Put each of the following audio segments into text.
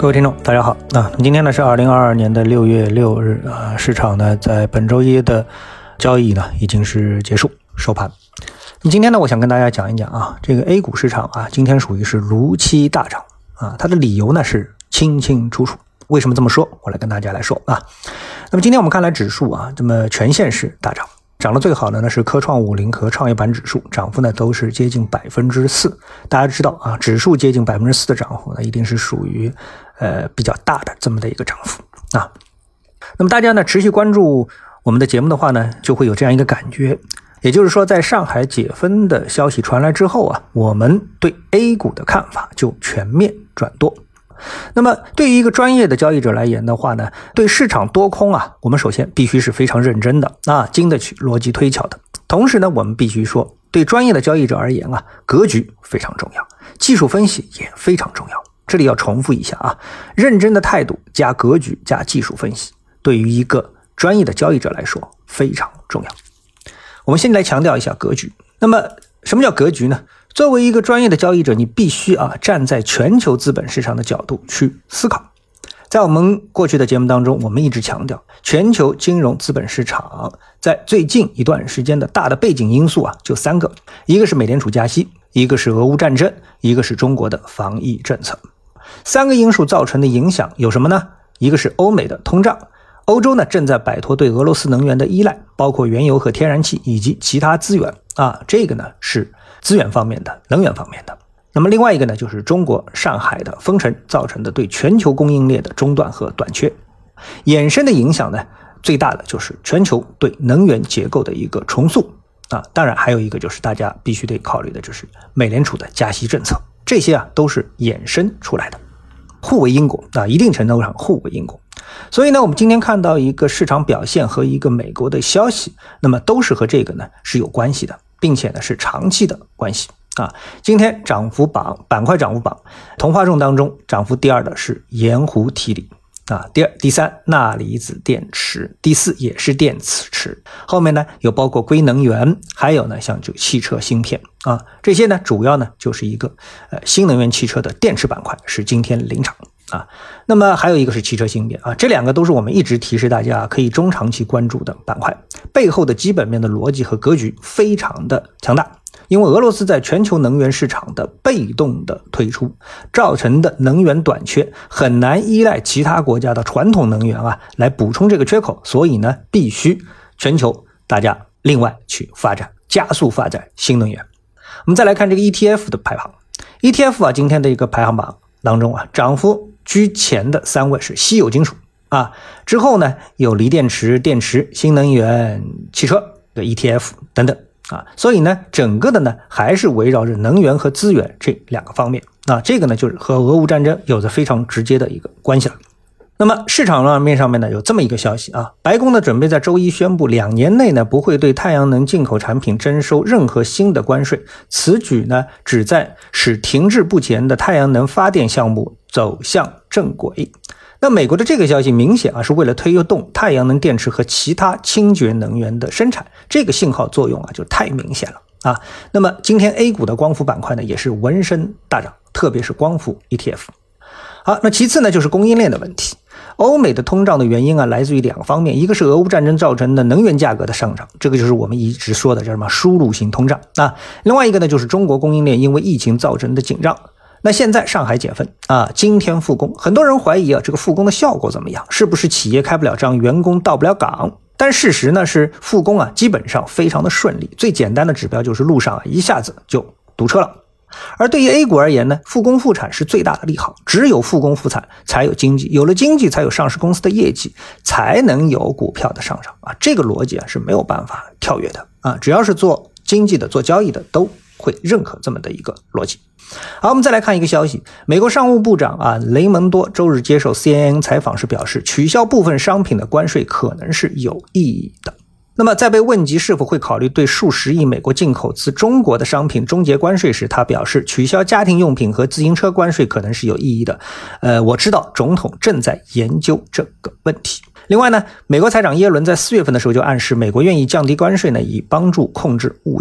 各位听众大家好，那么今天呢是2022年的6月6日市场呢在本周一的交易呢已经是结束收盘。那么今天呢我想跟大家讲一讲这个 A 股市场今天属于是如期大涨它的理由呢是清清楚楚。为什么这么说？我来跟大家来说那么今天我们看来指数这么全线是大涨，涨得最好的呢是科创50和创业板指数，涨幅呢都是接近 4%。 大家知道指数接近 4% 的涨幅呢一定是属于比较大的这么的一个涨幅那么大家呢持续关注我们的节目的话呢，就会有这样一个感觉，也就是说在上海解封的消息传来之后我们对 A 股的看法就全面转多。那么对于一个专业的交易者来言的话呢，对市场多空我们首先必须是非常认真的经得起逻辑推敲的。同时呢我们必须说，对专业的交易者而言格局非常重要，技术分析也非常重要。这里要重复一下认真的态度加格局加技术分析，对于一个专业的交易者来说非常重要。我们先来强调一下格局。那么什么叫格局呢？作为一个专业的交易者，你必须站在全球资本市场的角度去思考。在我们过去的节目当中，我们一直强调全球金融资本市场在最近一段时间的大的背景因素就3个，一个是美联储加息，一个是俄乌战争，一个是中国的防疫政策。3个因素造成的影响有什么呢？一个是欧美的通胀，欧洲呢正在摆脱对俄罗斯能源的依赖，包括原油和天然气以及其他资源这个呢是资源方面的，能源方面的。那么另外一个呢就是中国上海的封城造成的对全球供应链的中断和短缺，衍生的影响呢最大的就是全球对能源结构的一个重塑当然还有一个就是大家必须得考虑的就是美联储的加息政策，这些都是衍生出来的，互为因果一定程度上互为因果。所以呢我们今天看到一个市场表现和一个美国的消息，那么都是和这个呢是有关系的，并且呢是长期的关系今天涨幅榜板块涨幅榜，同花顺当中涨幅第2的是盐湖提锂第3钠离子电池，第4也是电池，后面呢有包括硅能源，还有呢像这个汽车芯片这些呢主要呢就是一个新能源汽车的电池板块是今天领涨那么还有一个是汽车芯片这2个都是我们一直提示大家可以中长期关注的板块，背后的基本面的逻辑和格局非常的强大。因为俄罗斯在全球能源市场的被动的退出造成的能源短缺，很难依赖其他国家的传统能源来补充这个缺口，所以呢必须全球大家另外去发展，加速发展新能源。我们再来看这个 ETF 的排行。 ETF 今天的一个排行榜当中涨幅居前的3位是稀有金属之后呢有锂电池、电池、新能源、汽车的 ETF 等等所以呢整个的呢还是围绕着能源和资源这2个方面这个呢就是和俄乌战争有着非常直接的一个关系了。那么市场面上面呢有这么一个消息白宫呢准备在周一宣布2年内呢不会对太阳能进口产品征收任何新的关税，此举呢旨在使停滞不前的太阳能发电项目走向正轨。那美国的这个消息明显是为了推动太阳能电池和其他清洁能源的生产，这个信号作用就太明显了那么今天 A 股的光伏板块呢也是闻声大涨，特别是光伏 ETF。 好，那其次呢就是供应链的问题。欧美的通胀的原因来自于2个方面，一个是俄乌战争造成的能源价格的上涨，这个就是我们一直说的叫什么输入型通胀另外一个呢就是中国供应链因为疫情造成的紧张。那现在上海解封今天复工，很多人怀疑这个复工的效果怎么样，是不是企业开不了张，员工到不了岗？但事实呢是复工基本上非常的顺利，最简单的指标就是路上一下子就堵车了。而对于 A 股而言呢，复工复产是最大的利好，只有复工复产才有经济，有了经济才有上市公司的业绩，才能有股票的上涨这个逻辑是没有办法跳跃的只要是做经济的做交易的都会认可这么的一个逻辑。好，我们再来看一个消息，美国商务部长雷蒙多周日接受 CNN 采访时表示，取消部分商品的关税可能是有意义的。那么在被问及是否会考虑对数十亿美国进口自中国的商品终结关税时，他表示取消家庭用品和自行车关税可能是有意义的。我知道总统正在研究这个问题。另外呢，美国财长耶伦在4月份的时候就暗示美国愿意降低关税呢，以帮助控制物价。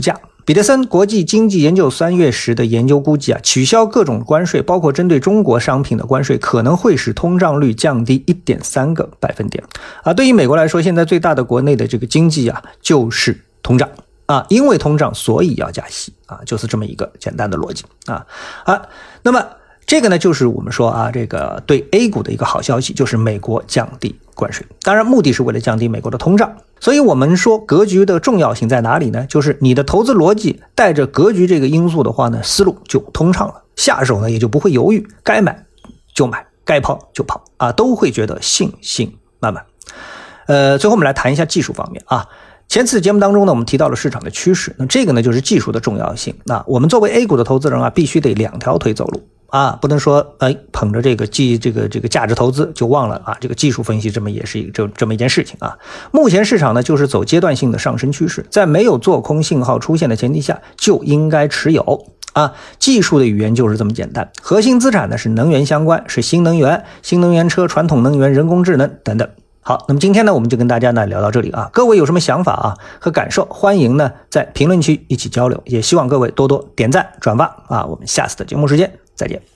彼得森国际经济研究3月时的研究估计取消各种关税，包括针对中国商品的关税，可能会使通胀率降低 1.3个百分点。对于美国来说，现在最大的国内的这个经济就是通胀因为通胀所以要加息就是这么一个简单的逻辑那么这个呢，就是我们说这个对 A 股的一个好消息，就是美国降低关税，当然目的是为了降低美国的通胀。所以我们说格局的重要性在哪里呢？就是你的投资逻辑带着格局这个因素的话呢，思路就通畅了，下手呢也就不会犹豫，该买就买，该抛就抛都会觉得信心满满。最后我们来谈一下技术方面前次节目当中呢，我们提到了市场的趋势，那这个呢就是技术的重要性。那我们作为 A 股的投资人必须得2条腿走路不能说捧着这个价值投资就忘了这个技术分析这么一件事情目前市场呢就是走阶段性的上升趋势，在没有做空信号出现的前提下就应该持有技术的语言就是这么简单，核心资产呢是能源相关，是新能源、新能源车、传统能源、人工智能等等。好，那么今天呢我们就跟大家呢聊到这里各位有什么想法和感受，欢迎呢在评论区一起交流，也希望各位多多点赞转发我们下次的节目时间再见。